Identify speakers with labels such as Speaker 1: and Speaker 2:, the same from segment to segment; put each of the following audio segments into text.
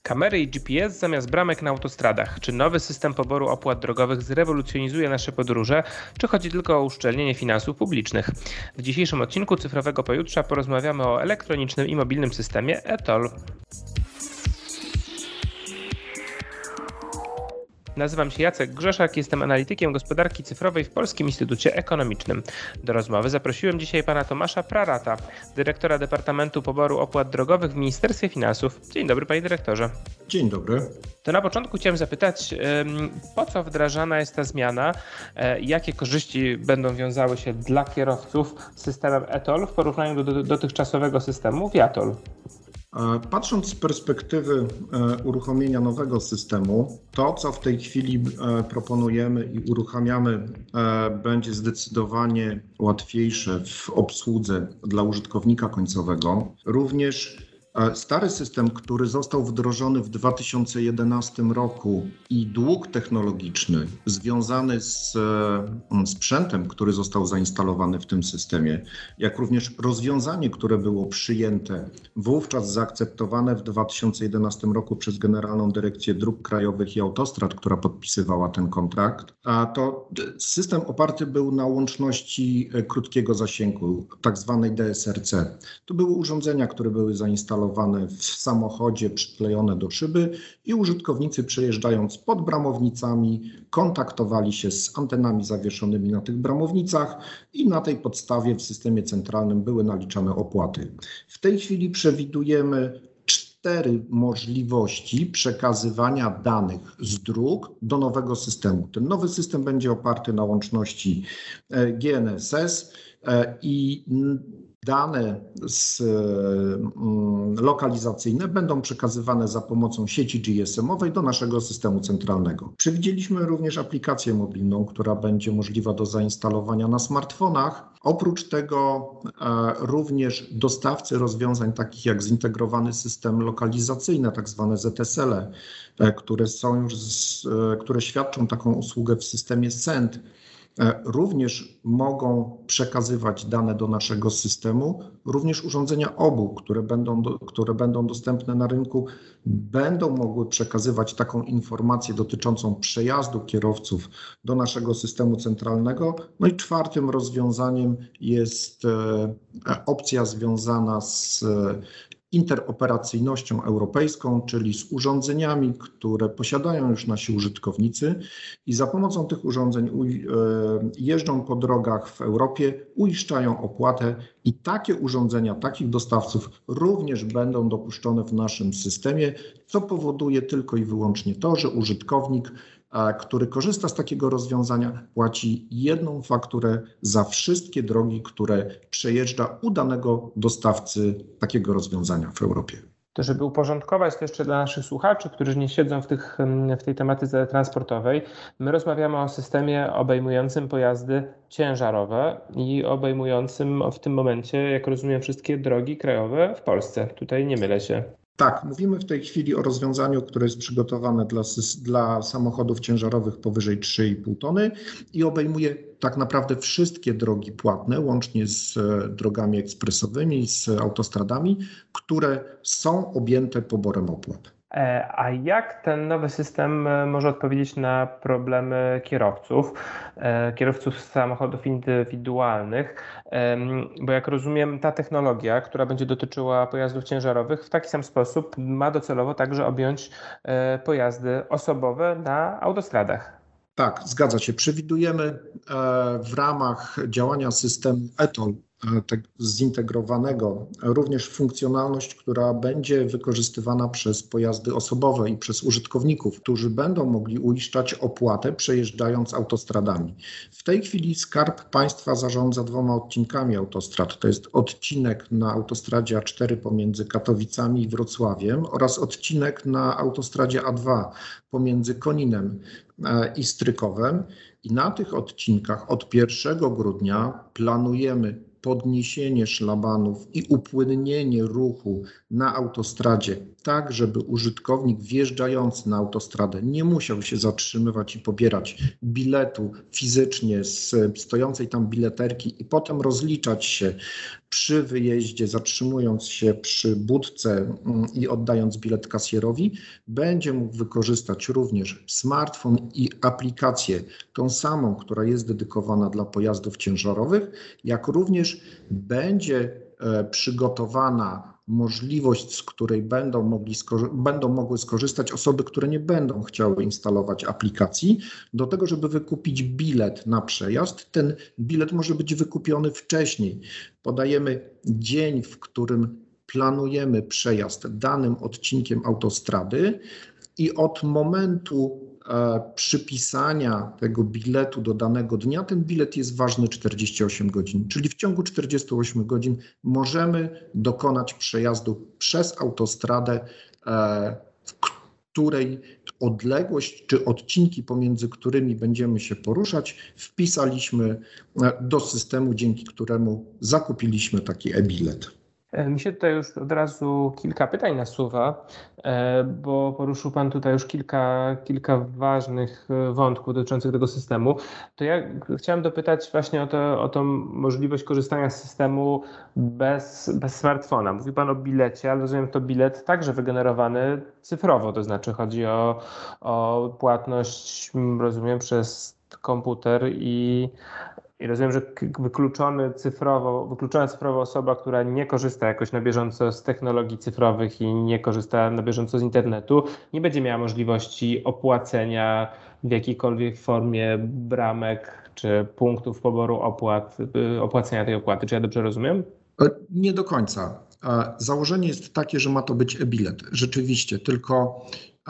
Speaker 1: Kamery i GPS zamiast bramek na autostradach. Czy nowy system poboru opłat drogowych zrewolucjonizuje nasze podróże, czy chodzi tylko o uszczelnienie finansów publicznych? W dzisiejszym odcinku Cyfrowego Pojutrza porozmawiamy o elektronicznym i mobilnym systemie e-TOLL. Nazywam się Jacek Grzeszak, jestem analitykiem gospodarki cyfrowej w Polskim Instytucie Ekonomicznym. Do rozmowy zaprosiłem dzisiaj pana Tomasza Prarata, dyrektora Departamentu Poboru Opłat Drogowych w Ministerstwie Finansów. Dzień dobry, panie dyrektorze.
Speaker 2: Dzień dobry.
Speaker 1: To na początku chciałem zapytać, po co wdrażana jest ta zmiana? Jakie korzyści będą wiązały się dla kierowców z systemem e-TOLL w porównaniu do dotychczasowego systemu viaTOLL?
Speaker 2: Patrząc z perspektywy uruchomienia nowego systemu, to co w tej chwili proponujemy i uruchamiamy będzie zdecydowanie łatwiejsze w obsłudze dla użytkownika końcowego. Również stary system, który został wdrożony w 2011 roku i dług technologiczny związany z sprzętem, który został zainstalowany w tym systemie, jak również rozwiązanie, które było przyjęte, wówczas zaakceptowane w 2011 roku przez Generalną Dyrekcję Dróg Krajowych i Autostrad, która podpisywała ten kontrakt, a to system oparty był na łączności krótkiego zasięgu, tak zwanej DSRC. To były urządzenia, które były zainstalowane w samochodzie, przyklejone do szyby i użytkownicy przejeżdżając pod bramownicami kontaktowali się z antenami zawieszonymi na tych bramownicach i na tej podstawie w systemie centralnym były naliczane opłaty. W tej chwili przewidujemy 4 możliwości przekazywania danych z dróg do nowego systemu. Ten nowy system będzie oparty na łączności GNSS i dane lokalizacyjne będą przekazywane za pomocą sieci GSM-owej do naszego systemu centralnego. Przewidzieliśmy również aplikację mobilną, która będzie możliwa do zainstalowania na smartfonach. Oprócz tego również dostawcy rozwiązań takich jak zintegrowany system lokalizacyjny, tak zwane ZSL, które świadczą taką usługę w systemie SEND, również mogą przekazywać dane do naszego systemu. Również urządzenia obu, które będą dostępne na rynku, będą mogły przekazywać taką informację dotyczącą przejazdu kierowców do naszego systemu centralnego. No i 4. rozwiązaniem jest opcja związana z interoperacyjnością europejską, czyli z urządzeniami, które posiadają już nasi użytkownicy i za pomocą tych urządzeń jeżdżą po drogach w Europie, uiszczają opłatę i takie urządzenia, takich dostawców również będą dopuszczone w naszym systemie, co powoduje tylko i wyłącznie to, że użytkownik, który korzysta z takiego rozwiązania, płaci jedną fakturę za wszystkie drogi, które przejeżdża u danego dostawcy takiego rozwiązania w Europie.
Speaker 1: To żeby uporządkować to jeszcze dla naszych słuchaczy, którzy nie siedzą w tej tematyce transportowej, my rozmawiamy o systemie obejmującym pojazdy ciężarowe i obejmującym w tym momencie, jak rozumiem, wszystkie drogi krajowe w Polsce. Tutaj nie mylę się.
Speaker 2: Tak, mówimy w tej chwili o rozwiązaniu, które jest przygotowane dla samochodów ciężarowych powyżej 3,5 tony i obejmuje tak naprawdę wszystkie drogi płatne, łącznie z drogami ekspresowymi, z autostradami, które są objęte poborem opłat.
Speaker 1: A jak ten nowy system może odpowiedzieć na problemy kierowców samochodów indywidualnych? Bo jak rozumiem, ta technologia, która będzie dotyczyła pojazdów ciężarowych, w taki sam sposób ma docelowo także objąć pojazdy osobowe na autostradach.
Speaker 2: Tak, zgadza się. Przewidujemy w ramach działania systemu e-TOLL zintegrowanego również funkcjonalność, która będzie wykorzystywana przez pojazdy osobowe i przez użytkowników, którzy będą mogli uiszczać opłatę przejeżdżając autostradami. W tej chwili Skarb Państwa zarządza 2 odcinkami autostrad. To jest odcinek na autostradzie A4 pomiędzy Katowicami i Wrocławiem oraz odcinek na autostradzie A2 pomiędzy Koninem i Strykowem. I na tych odcinkach od 1 grudnia planujemy podniesienie szlabanów i upłynnienie ruchu na autostradzie, tak, żeby użytkownik wjeżdżający na autostradę nie musiał się zatrzymywać i pobierać biletu fizycznie z stojącej tam bileterki i potem rozliczać się przy wyjeździe, zatrzymując się przy budce i oddając bilet kasjerowi, będzie mógł wykorzystać również smartfon i aplikację, tą samą, która jest dedykowana dla pojazdów ciężarowych, jak również będzie przygotowana możliwość, z której będą mogły skorzystać osoby, które nie będą chciały instalować aplikacji, do tego, żeby wykupić bilet na przejazd. Ten bilet może być wykupiony wcześniej. Podajemy dzień, w którym planujemy przejazd danym odcinkiem autostrady i od momentu przypisania tego biletu do danego dnia, ten bilet jest ważny 48 godzin, czyli w ciągu 48 godzin możemy dokonać przejazdu przez autostradę, w której odległość czy odcinki, pomiędzy którymi będziemy się poruszać, wpisaliśmy do systemu, dzięki któremu zakupiliśmy taki e-bilet.
Speaker 1: Mi się tutaj już od razu kilka pytań nasuwa, bo poruszył Pan tutaj już kilka ważnych wątków dotyczących tego systemu. To ja chciałem dopytać właśnie o tą możliwość korzystania z systemu bez smartfona. Mówi Pan o bilecie, ale rozumiem, to bilet także wygenerowany cyfrowo, to znaczy chodzi o płatność, rozumiem, przez komputer i rozumiem, że wykluczona cyfrowo osoba, która nie korzysta jakoś na bieżąco z technologii cyfrowych i nie korzysta na bieżąco z internetu, nie będzie miała możliwości opłacenia w jakiejkolwiek formie bramek czy punktów poboru opłat, opłacenia tej opłaty. Czy ja dobrze rozumiem?
Speaker 2: Nie do końca. Założenie jest takie, że ma to być e-bilet. Rzeczywiście, tylko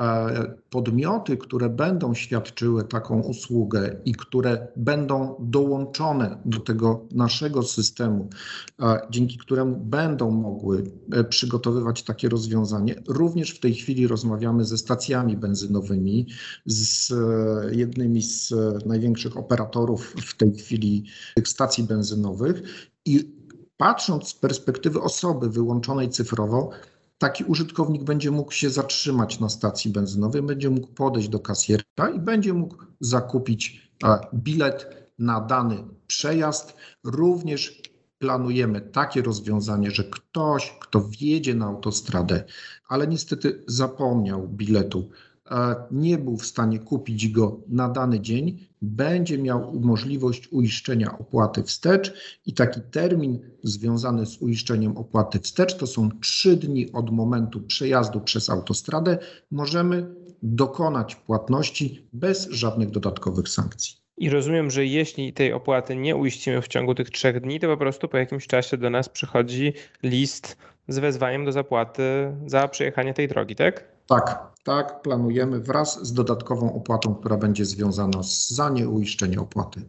Speaker 2: podmioty, które będą świadczyły taką usługę i które będą dołączone do tego naszego systemu, dzięki któremu będą mogły przygotowywać takie rozwiązanie, również w tej chwili rozmawiamy ze stacjami benzynowymi, z jednymi z największych operatorów w tej chwili tych stacji benzynowych i patrząc z perspektywy osoby wyłączonej cyfrowo, taki użytkownik będzie mógł się zatrzymać na stacji benzynowej, będzie mógł podejść do kasjera i będzie mógł zakupić bilet na dany przejazd. Również planujemy takie rozwiązanie, że ktoś, kto wjedzie na autostradę, ale niestety zapomniał biletu, nie był w stanie kupić go na dany dzień, będzie miał możliwość uiszczenia opłaty wstecz i taki termin związany z uiszczeniem opłaty wstecz to są 3 dni od momentu przejazdu przez autostradę. Możemy dokonać płatności bez żadnych dodatkowych sankcji.
Speaker 1: I rozumiem, że jeśli tej opłaty nie uiścimy w ciągu tych 3 dni, to po prostu po jakimś czasie do nas przychodzi list z wezwaniem do zapłaty za przejechanie tej drogi, tak?
Speaker 2: Tak, planujemy wraz z dodatkową opłatą, która będzie związana za nieuiszczenie opłaty.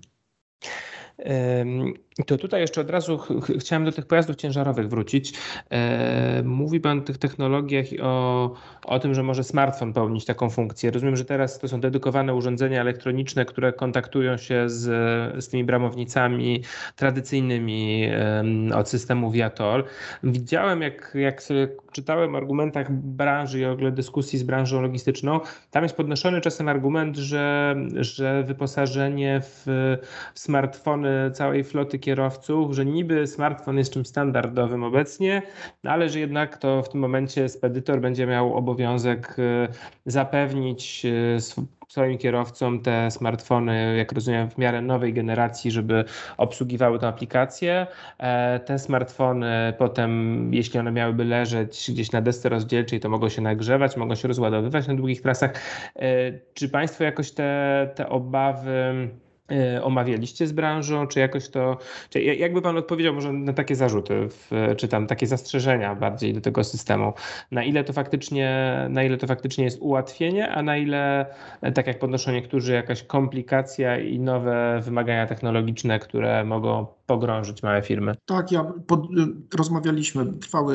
Speaker 1: To tutaj jeszcze od razu chciałem do tych pojazdów ciężarowych wrócić. Mówi Pan o tych technologiach i o tym, że może smartfon pełnić taką funkcję. Rozumiem, że teraz to są dedykowane urządzenia elektroniczne, które kontaktują się z tymi bramownicami tradycyjnymi od systemu Viator. Widziałem, jak sobie czytałem o argumentach branży i o ogóle dyskusji z branżą logistyczną, tam jest podnoszony czasem argument, że wyposażenie w smartfony całej floty kierowców, że niby smartfon jest czymś standardowym obecnie, ale że jednak to w tym momencie spedytor będzie miał obowiązek zapewnić swoim kierowcom te smartfony, jak rozumiem, w miarę nowej generacji, żeby obsługiwały tę aplikację. Te smartfony potem, jeśli one miałyby leżeć gdzieś na desce rozdzielczej, to mogą się nagrzewać, mogą się rozładowywać na długich trasach. Czy Państwo jakoś te obawy omawialiście z branżą, czy jakoś to, czy jakby Pan odpowiedział może na takie zarzuty, czy tam takie zastrzeżenia bardziej do tego systemu, na ile to faktycznie jest ułatwienie, a na ile, tak jak podnoszą niektórzy, jakaś komplikacja i nowe wymagania technologiczne, które mogą pogrążyć małe firmy?
Speaker 2: Tak, rozmawialiśmy,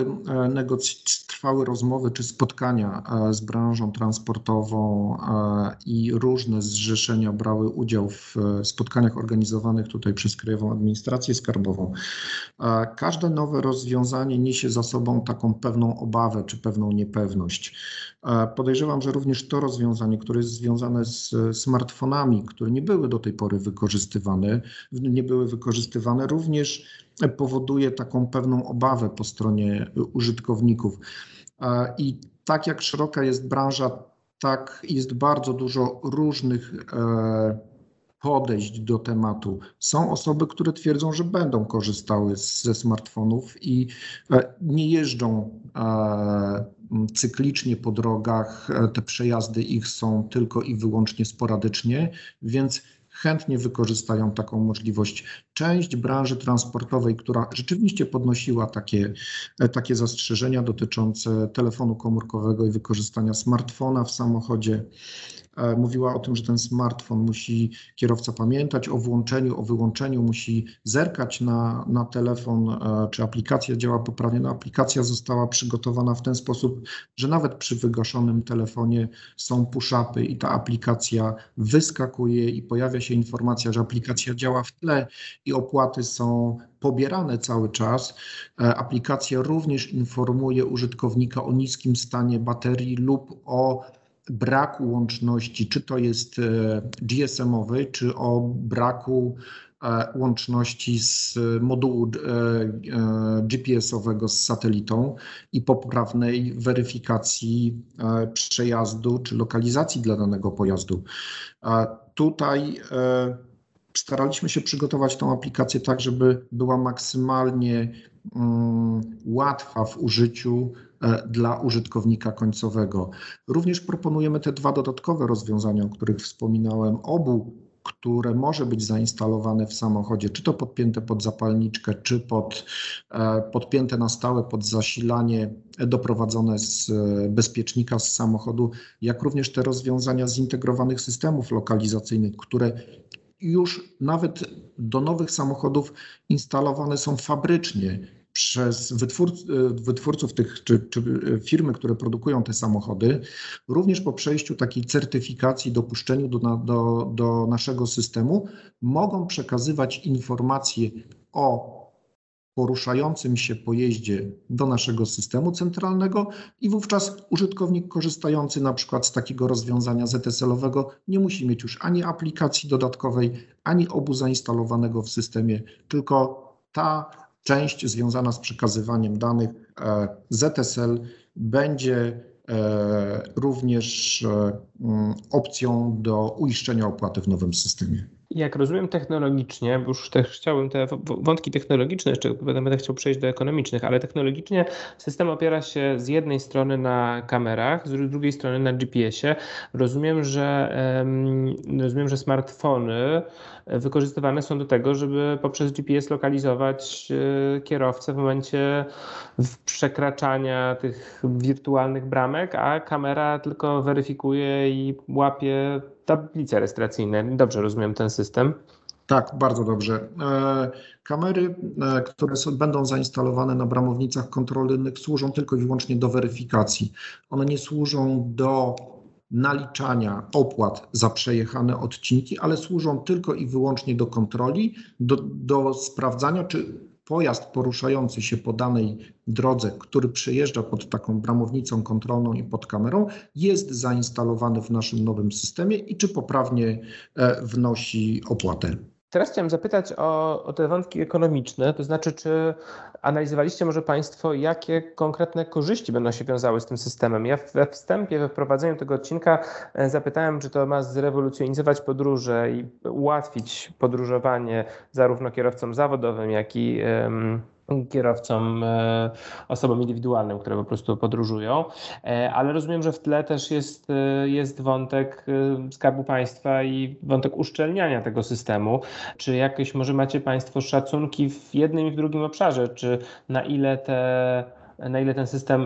Speaker 2: trwały rozmowy czy spotkania z branżą transportową i różne zrzeszenia brały udział w spotkaniach organizowanych tutaj przez Krajową Administrację Skarbową. Każde nowe rozwiązanie niesie za sobą taką pewną obawę czy pewną niepewność. Podejrzewam, że również to rozwiązanie, które jest związane z smartfonami, które nie były do tej pory wykorzystywane, również powoduje taką pewną obawę po stronie użytkowników. I tak jak szeroka jest branża, tak jest bardzo dużo różnych podejść do tematu. Są osoby, które twierdzą, że będą korzystały ze smartfonów i nie jeżdżą cyklicznie po drogach. Te przejazdy ich są tylko i wyłącznie sporadycznie, więc chętnie wykorzystają taką możliwość. Część branży transportowej, która rzeczywiście podnosiła takie zastrzeżenia dotyczące telefonu komórkowego i wykorzystania smartfona w samochodzie, mówiła o tym, że ten smartfon musi kierowca pamiętać o włączeniu, o wyłączeniu, musi zerkać na telefon, czy aplikacja działa poprawnie. No, aplikacja została przygotowana w ten sposób, że nawet przy wygaszonym telefonie są push-upy i ta aplikacja wyskakuje i pojawia się informacja, że aplikacja działa w tle i opłaty są pobierane cały czas. Aplikacja również informuje użytkownika o niskim stanie baterii lub o braku łączności, czy to jest GSM-owej, czy o braku łączności z modułu GPS-owego z satelitą i poprawnej weryfikacji przejazdu czy lokalizacji dla danego pojazdu. Tutaj staraliśmy się przygotować tą aplikację tak, żeby była maksymalnie łatwa w użyciu dla użytkownika końcowego. Również proponujemy te dwa dodatkowe rozwiązania, o których wspominałem, które może być zainstalowane w samochodzie, czy to podpięte pod zapalniczkę, czy podpięte na stałe pod zasilanie doprowadzone z bezpiecznika z samochodu, jak również te rozwiązania zintegrowanych systemów lokalizacyjnych, które już nawet do nowych samochodów instalowane są fabrycznie przez wytwórców tych czy firmy, które produkują te samochody, również po przejściu takiej certyfikacji, dopuszczeniu do naszego systemu, mogą przekazywać informacje o poruszającym się pojeździe do naszego systemu centralnego i wówczas użytkownik korzystający na przykład z takiego rozwiązania ZSL-owego nie musi mieć już ani aplikacji dodatkowej, ani obu zainstalowanego w systemie, tylko ta część związana z przekazywaniem danych ZSL będzie również opcją do uiszczenia opłaty w nowym systemie.
Speaker 1: Jak rozumiem technologicznie, bo już też chciałbym te wątki technologiczne, jeszcze będę chciał przejść do ekonomicznych, ale technologicznie system opiera się z jednej strony na kamerach, z drugiej strony na GPS-ie. Rozumiem, że smartfony wykorzystywane są do tego, żeby poprzez GPS lokalizować kierowcę w momencie przekraczania tych wirtualnych bramek, a kamera tylko weryfikuje i łapie tablice rejestracyjne. Dobrze rozumiem ten system?
Speaker 2: Tak, bardzo dobrze. Kamery, które będą zainstalowane na bramownicach kontrolnych, służą tylko i wyłącznie do weryfikacji. One nie służą do naliczania opłat za przejechane odcinki, ale służą tylko i wyłącznie do kontroli, do sprawdzania, czy pojazd poruszający się po danej drodze, który przejeżdża pod taką bramownicą kontrolną i pod kamerą, jest zainstalowany w naszym nowym systemie i czy poprawnie wnosi opłatę.
Speaker 1: Teraz chciałem zapytać o te wątki ekonomiczne, to znaczy, czy analizowaliście może Państwo, jakie konkretne korzyści będą się wiązały z tym systemem? Ja we wstępie, we wprowadzeniu tego odcinka zapytałem, czy to ma zrewolucjonizować podróże i ułatwić podróżowanie zarówno kierowcom zawodowym, jak i kierowcom, osobom indywidualnym, które po prostu podróżują, ale rozumiem, że w tle też jest wątek Skarbu Państwa i wątek uszczelniania tego systemu. Czy jakieś może macie Państwo szacunki w jednym i w drugim obszarze, czy na ile ten system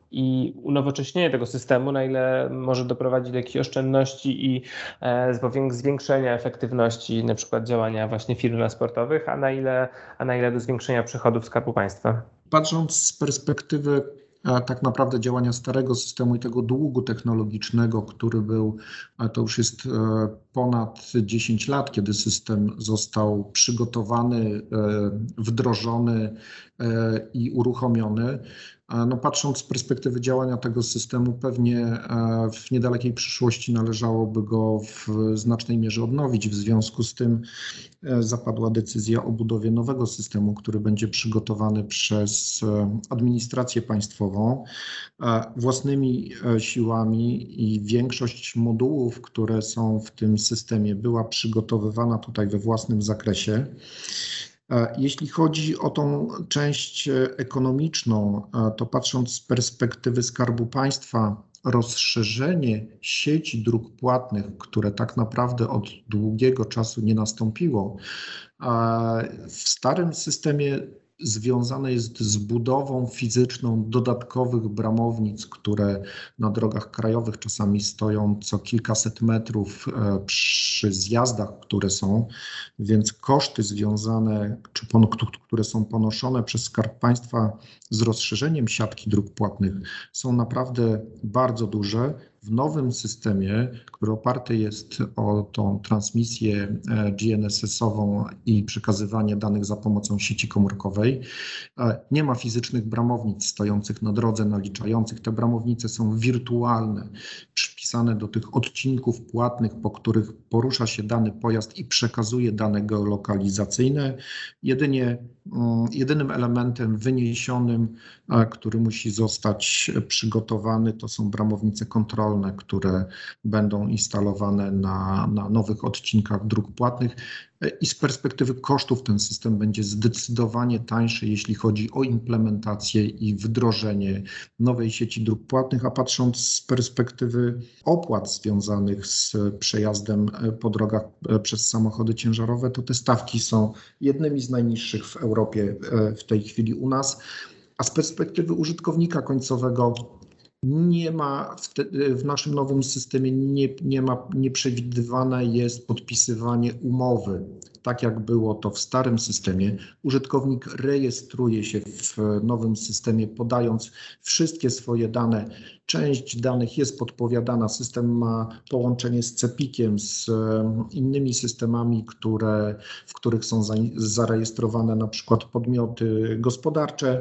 Speaker 1: i unowocześnienie tego systemu, na ile może doprowadzić do jakichś oszczędności i zwiększenia efektywności na przykład działania właśnie firm transportowych, a na ile do zwiększenia przychodów Skarbu Państwa?
Speaker 2: Patrząc z perspektywy tak naprawdę działania starego systemu i tego długu technologicznego, który był, to już jest ponad 10 lat, kiedy system został przygotowany, wdrożony i uruchomiony. No patrząc z perspektywy działania tego systemu, pewnie w niedalekiej przyszłości należałoby go w znacznej mierze odnowić. W związku z tym zapadła decyzja o budowie nowego systemu, który będzie przygotowany przez administrację państwową własnymi siłami i większość modułów, które są w tym systemie, była przygotowywana tutaj we własnym zakresie. Jeśli chodzi o tą część ekonomiczną, to patrząc z perspektywy Skarbu Państwa, rozszerzenie sieci dróg płatnych, które tak naprawdę od długiego czasu nie nastąpiło, w starym systemie związane jest z budową fizyczną dodatkowych bramownic, które na drogach krajowych czasami stoją co kilkaset metrów przy zjazdach, które są, więc koszty związane, które są ponoszone przez Skarb Państwa z rozszerzeniem siatki dróg płatnych są naprawdę bardzo duże. W nowym systemie, który oparty jest o tą transmisję GNSS-ową i przekazywanie danych za pomocą sieci komórkowej, nie ma fizycznych bramownic stojących na drodze, naliczających. Te bramownice są wirtualne, przypisane do tych odcinków płatnych, po których porusza się dany pojazd i przekazuje dane geolokalizacyjne. Jedynym elementem wyniesionym, który musi zostać przygotowany, to są bramownice kontrolne, które będą instalowane na nowych odcinkach dróg płatnych. I z perspektywy kosztów ten system będzie zdecydowanie tańszy, jeśli chodzi o implementację i wdrożenie nowej sieci dróg płatnych, a patrząc z perspektywy opłat związanych z przejazdem po drogach przez samochody ciężarowe, to te stawki są jednymi z najniższych w Europie w tej chwili u nas, a z perspektywy użytkownika końcowego nie ma w naszym nowym systemie nieprzewidywane jest podpisywanie umowy, tak jak było to w starym systemie. Użytkownik rejestruje się w nowym systemie, podając wszystkie swoje dane. Część danych jest podpowiadana, system ma połączenie z CEPiK-iem, z innymi systemami, w których są zarejestrowane na przykład podmioty gospodarcze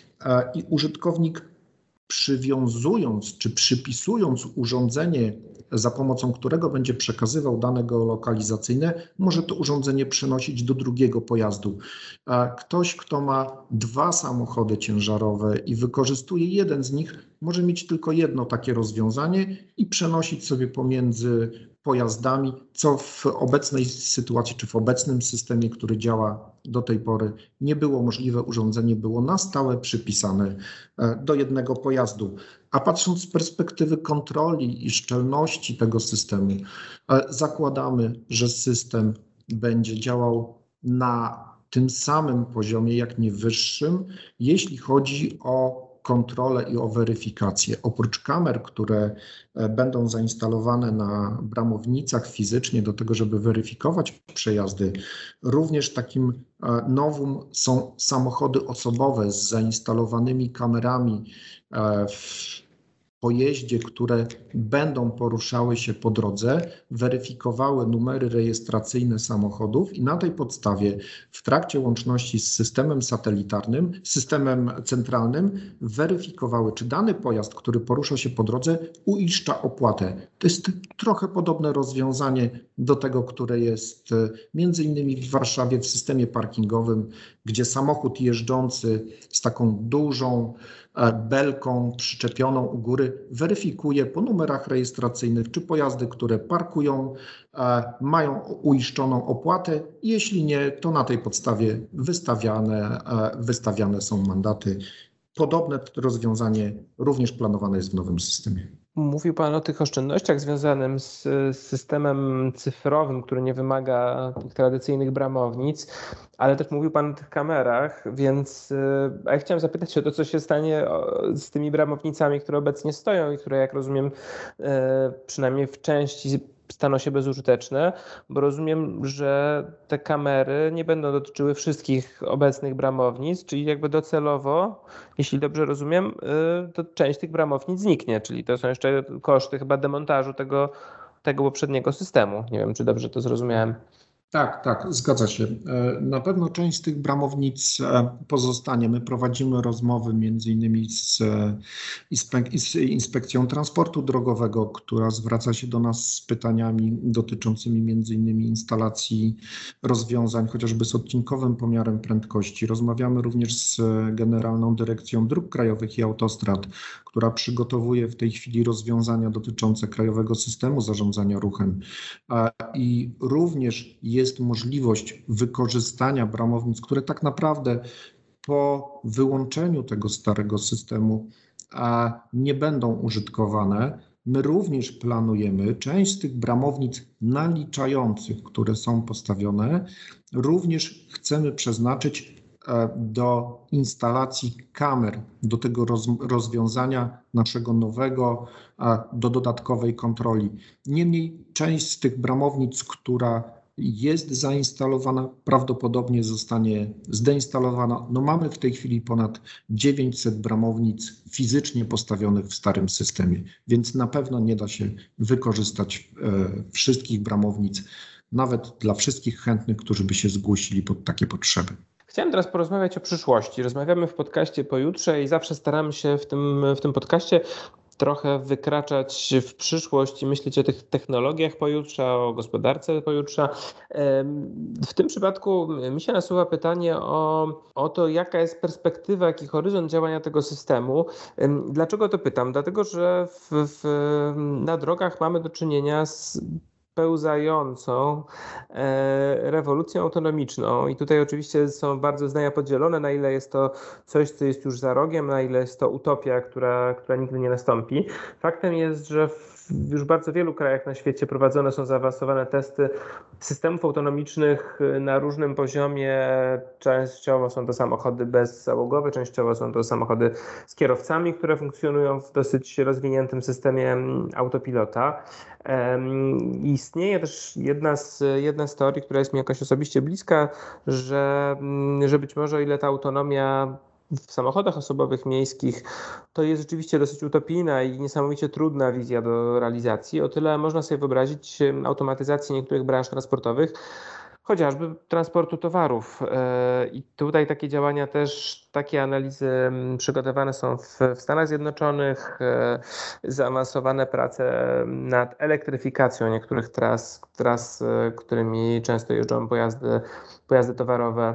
Speaker 2: i użytkownik, przywiązując czy przypisując urządzenie, za pomocą którego będzie przekazywał dane geolokalizacyjne, może to urządzenie przenosić do drugiego pojazdu. Ktoś, kto ma 2 samochody ciężarowe i wykorzystuje jeden z nich, może mieć tylko jedno takie rozwiązanie i przenosić sobie pomiędzy pojazdami, co w obecnej sytuacji czy w obecnym systemie, który działa do tej pory, nie było możliwe. Urządzenie było na stałe przypisane do jednego pojazdu. A patrząc z perspektywy kontroli i szczelności tego systemu, zakładamy, że system będzie działał na tym samym poziomie, jak nie wyższym, jeśli chodzi o kontrolę i o weryfikację. Oprócz kamer, które będą zainstalowane na bramownicach fizycznie do tego, żeby weryfikować przejazdy, również takim nowum są samochody osobowe z zainstalowanymi kamerami w pojeździe, które będą poruszały się po drodze, weryfikowały numery rejestracyjne samochodów i na tej podstawie w trakcie łączności z systemem satelitarnym, systemem centralnym weryfikowały, czy dany pojazd, który porusza się po drodze, uiszcza opłatę. To jest trochę podobne rozwiązanie do tego, które jest między innymi w Warszawie w systemie parkingowym, gdzie samochód jeżdżący z taką dużą belką przyczepioną u góry weryfikuje po numerach rejestracyjnych, czy pojazdy, które parkują, mają uiszczoną opłatę. Jeśli nie, to na tej podstawie wystawiane są mandaty. Podobne rozwiązanie również planowane jest w nowym systemie.
Speaker 1: Mówił Pan o tych oszczędnościach związanych z systemem cyfrowym, który nie wymaga tych tradycyjnych bramownic, ale też mówił Pan o tych kamerach, więc ja chciałem zapytać o to, co się stanie z tymi bramownicami, które obecnie stoją i które, jak rozumiem, przynajmniej w części staną się bezużyteczne, bo rozumiem, że te kamery nie będą dotyczyły wszystkich obecnych bramownic, czyli jakby docelowo, jeśli dobrze rozumiem, to część tych bramownic zniknie, czyli to są jeszcze koszty chyba demontażu tego poprzedniego systemu. Nie wiem, czy dobrze to zrozumiałem.
Speaker 2: Tak, zgadza się. Na pewno część z tych bramownic pozostanie. My prowadzimy rozmowy między innymi z Inspekcją Transportu Drogowego, która zwraca się do nas z pytaniami dotyczącymi między innymi instalacji rozwiązań, chociażby z odcinkowym pomiarem prędkości. Rozmawiamy również z Generalną Dyrekcją Dróg Krajowych i Autostrad, która przygotowuje w tej chwili rozwiązania dotyczące krajowego systemu zarządzania ruchem. I również jest możliwość wykorzystania bramownic, które tak naprawdę po wyłączeniu tego starego systemu nie będą użytkowane. My również planujemy część z tych bramownic naliczających, które są postawione, również chcemy przeznaczyć do instalacji kamer, do tego rozwiązania naszego nowego, do dodatkowej kontroli. Niemniej część z tych bramownic, która jest zainstalowana, prawdopodobnie zostanie zdeinstalowana. No mamy w tej chwili ponad 900 bramownic fizycznie postawionych w starym systemie, więc na pewno nie da się wykorzystać wszystkich bramownic, nawet dla wszystkich chętnych, którzy by się zgłosili pod takie potrzeby.
Speaker 1: Chciałem teraz porozmawiać o przyszłości. Rozmawiamy w podcaście pojutrze i zawsze staramy się w tym podcaście trochę wykraczać w przyszłość i myśleć o tych technologiach pojutrze, o gospodarce pojutrze. W tym przypadku mi się nasuwa pytanie o to, jaka jest perspektywa, jaki horyzont działania tego systemu. Dlaczego to pytam? Dlatego, że na drogach mamy do czynienia z pełzającą rewolucją autonomiczną i tutaj oczywiście są bardzo zdania podzielone, na ile jest to coś, co jest już za rogiem, na ile jest to utopia, która nigdy nie nastąpi. Faktem jest, że w już bardzo wielu krajach na świecie prowadzone są zaawansowane testy systemów autonomicznych na różnym poziomie. Częściowo są to samochody bezzałogowe, częściowo są to samochody z kierowcami, które funkcjonują w dosyć rozwiniętym systemie autopilota. Istnieje też jedna z teorii, która jest mi jakoś osobiście bliska, że być może o ile ta autonomia w samochodach osobowych miejskich to jest rzeczywiście dosyć utopijna i niesamowicie trudna wizja do realizacji, o tyle można sobie wyobrazić automatyzację niektórych branż transportowych, chociażby transportu towarów. I tutaj takie działania też, takie analizy przygotowane są w Stanach Zjednoczonych, zaawansowane prace nad elektryfikacją niektórych tras, którymi często jeżdżą pojazdy towarowe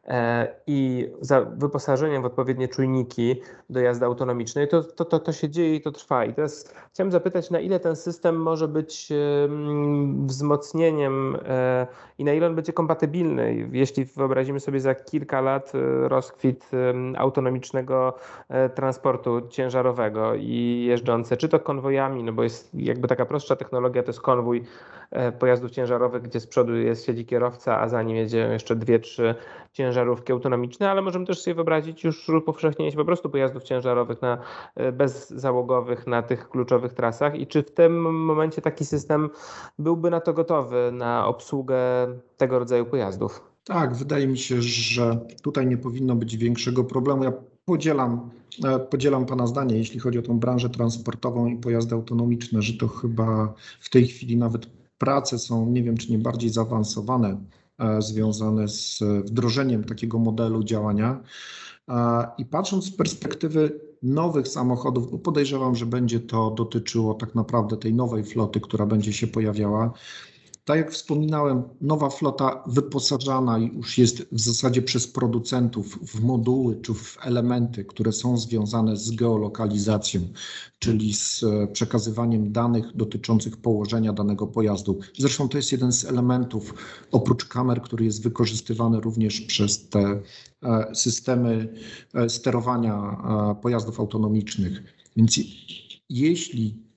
Speaker 1: i za wyposażeniem w odpowiednie czujniki do jazdy autonomicznej, to się dzieje i to trwa. I teraz chciałem zapytać, na ile ten system może być wzmocnieniem i na ile on będzie kompatybilny, jeśli wyobrazimy sobie za kilka lat rozkwit autonomicznego transportu ciężarowego i jeżdżące, czy to konwojami, no bo jest jakby taka prostsza technologia, to jest konwój pojazdów ciężarowych, gdzie z przodu siedzi kierowca, a za nim jedzie jeszcze 2-3 ciężarówki autonomiczne, ale możemy też sobie wyobrazić już upowszechnienie po prostu pojazdów ciężarowych bezzałogowych na tych kluczowych trasach i czy w tym momencie taki system byłby na to gotowy, na obsługę tego rodzaju pojazdów?
Speaker 2: Tak, wydaje mi się, że tutaj nie powinno być większego problemu. Ja podzielam Pana zdanie, jeśli chodzi o tą branżę transportową i pojazdy autonomiczne, że to chyba w tej chwili nawet prace są, nie wiem, czy nie bardziej zaawansowane, związane z wdrożeniem takiego modelu działania. I patrząc z perspektywy nowych samochodów, bo podejrzewam, że będzie to dotyczyło tak naprawdę tej nowej floty, która będzie się pojawiała. Tak jak wspominałem, nowa flota wyposażana już jest w zasadzie przez producentów w moduły czy w elementy, które są związane z geolokalizacją, czyli z przekazywaniem danych dotyczących położenia danego pojazdu. Zresztą to jest jeden z elementów, oprócz kamer, który jest wykorzystywany również przez te systemy sterowania pojazdów autonomicznych. Więc jeśli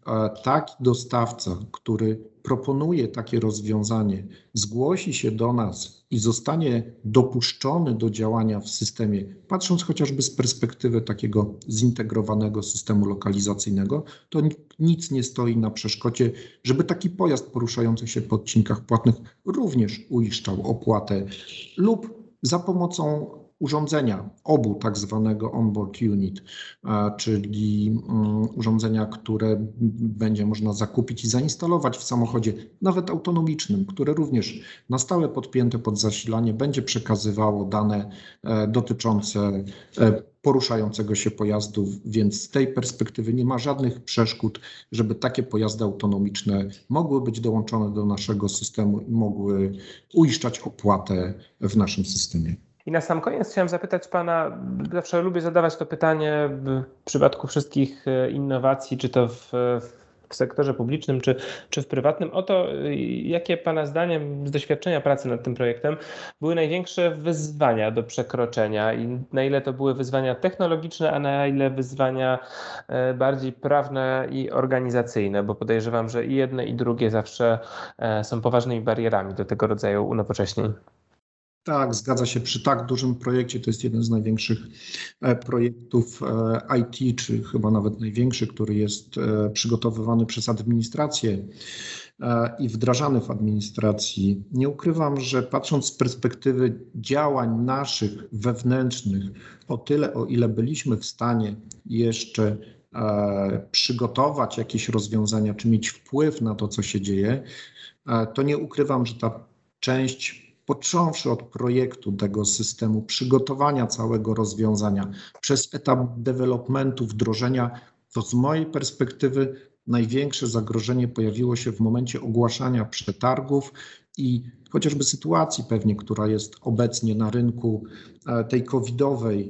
Speaker 2: taki dostawca, który proponuje takie rozwiązanie, zgłosi się do nas i zostanie dopuszczony do działania w systemie, patrząc chociażby z perspektywy takiego zintegrowanego systemu lokalizacyjnego, to nic nie stoi na przeszkodzie, żeby taki pojazd poruszający się po odcinkach płatnych również uiszczał opłatę lub za pomocą urządzenia OBU, tak zwanego onboard unit, czyli urządzenia, które będzie można zakupić i zainstalować w samochodzie, nawet autonomicznym, które również na stałe podpięte pod zasilanie będzie przekazywało dane dotyczące poruszającego się pojazdu, więc z tej perspektywy nie ma żadnych przeszkód, żeby takie pojazdy autonomiczne mogły być dołączone do naszego systemu i mogły uiszczać opłatę w naszym systemie.
Speaker 1: I na sam koniec chciałem zapytać Pana, zawsze lubię zadawać to pytanie w przypadku wszystkich innowacji, czy to w sektorze publicznym, czy w prywatnym, o to, jakie Pana zdaniem z doświadczenia pracy nad tym projektem były największe wyzwania do przekroczenia i na ile to były wyzwania technologiczne, a na ile wyzwania bardziej prawne i organizacyjne, bo podejrzewam, że i jedne i drugie zawsze są poważnymi barierami do tego rodzaju unowocześnień.
Speaker 2: Tak, zgadza się. Przy tak dużym projekcie, to jest jeden z największych projektów IT, czy chyba nawet największy, który jest przygotowywany przez administrację i wdrażany w administracji. Nie ukrywam, że patrząc z perspektywy działań naszych wewnętrznych, o tyle, o ile byliśmy w stanie jeszcze przygotować jakieś rozwiązania, czy mieć wpływ na to, co się dzieje, to nie ukrywam, że ta część, począwszy od projektu tego systemu, przygotowania całego rozwiązania, przez etap developmentu, wdrożenia, to z mojej perspektywy największe zagrożenie pojawiło się w momencie ogłaszania przetargów i chociażby sytuacji pewnie, która jest obecnie na rynku tej covidowej,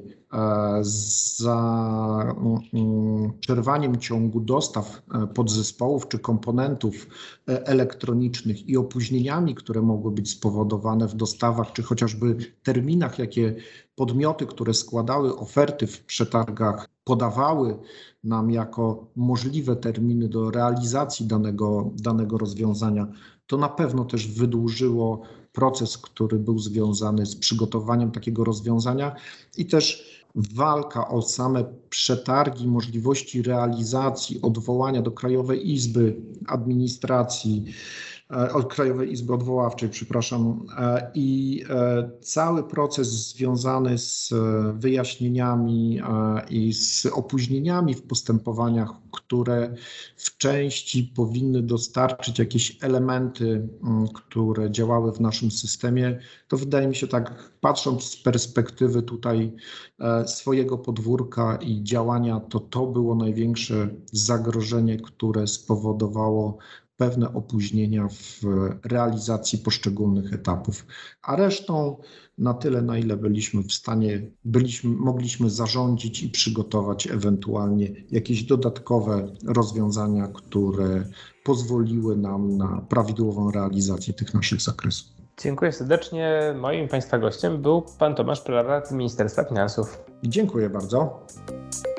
Speaker 2: za przerwaniem ciągu dostaw podzespołów czy komponentów elektronicznych i opóźnieniami, które mogły być spowodowane w dostawach, czy chociażby terminach, jakie podmioty, które składały oferty w przetargach, podawały nam jako możliwe terminy do realizacji danego rozwiązania, to na pewno też wydłużyło proces, który był związany z przygotowaniem takiego rozwiązania i też walka o same przetargi, możliwości realizacji, odwołania do Krajowej Izby Administracji, od Krajowej Izby Odwoławczej, przepraszam, i cały proces związany z wyjaśnieniami i z opóźnieniami w postępowaniach, które w części powinny dostarczyć jakieś elementy, które działały w naszym systemie, to wydaje mi się tak, patrząc z perspektywy tutaj swojego podwórka i działania, to było największe zagrożenie, które spowodowało pewne opóźnienia w realizacji poszczególnych etapów, a resztą na tyle, na ile byliśmy w stanie, mogliśmy zarządzić i przygotować ewentualnie jakieś dodatkowe rozwiązania, które pozwoliły nam na prawidłową realizację tych naszych zakresów.
Speaker 1: Dziękuję serdecznie. Moim Państwa gościem był Pan Tomasz Prylat z Ministerstwa Finansów.
Speaker 2: Dziękuję bardzo.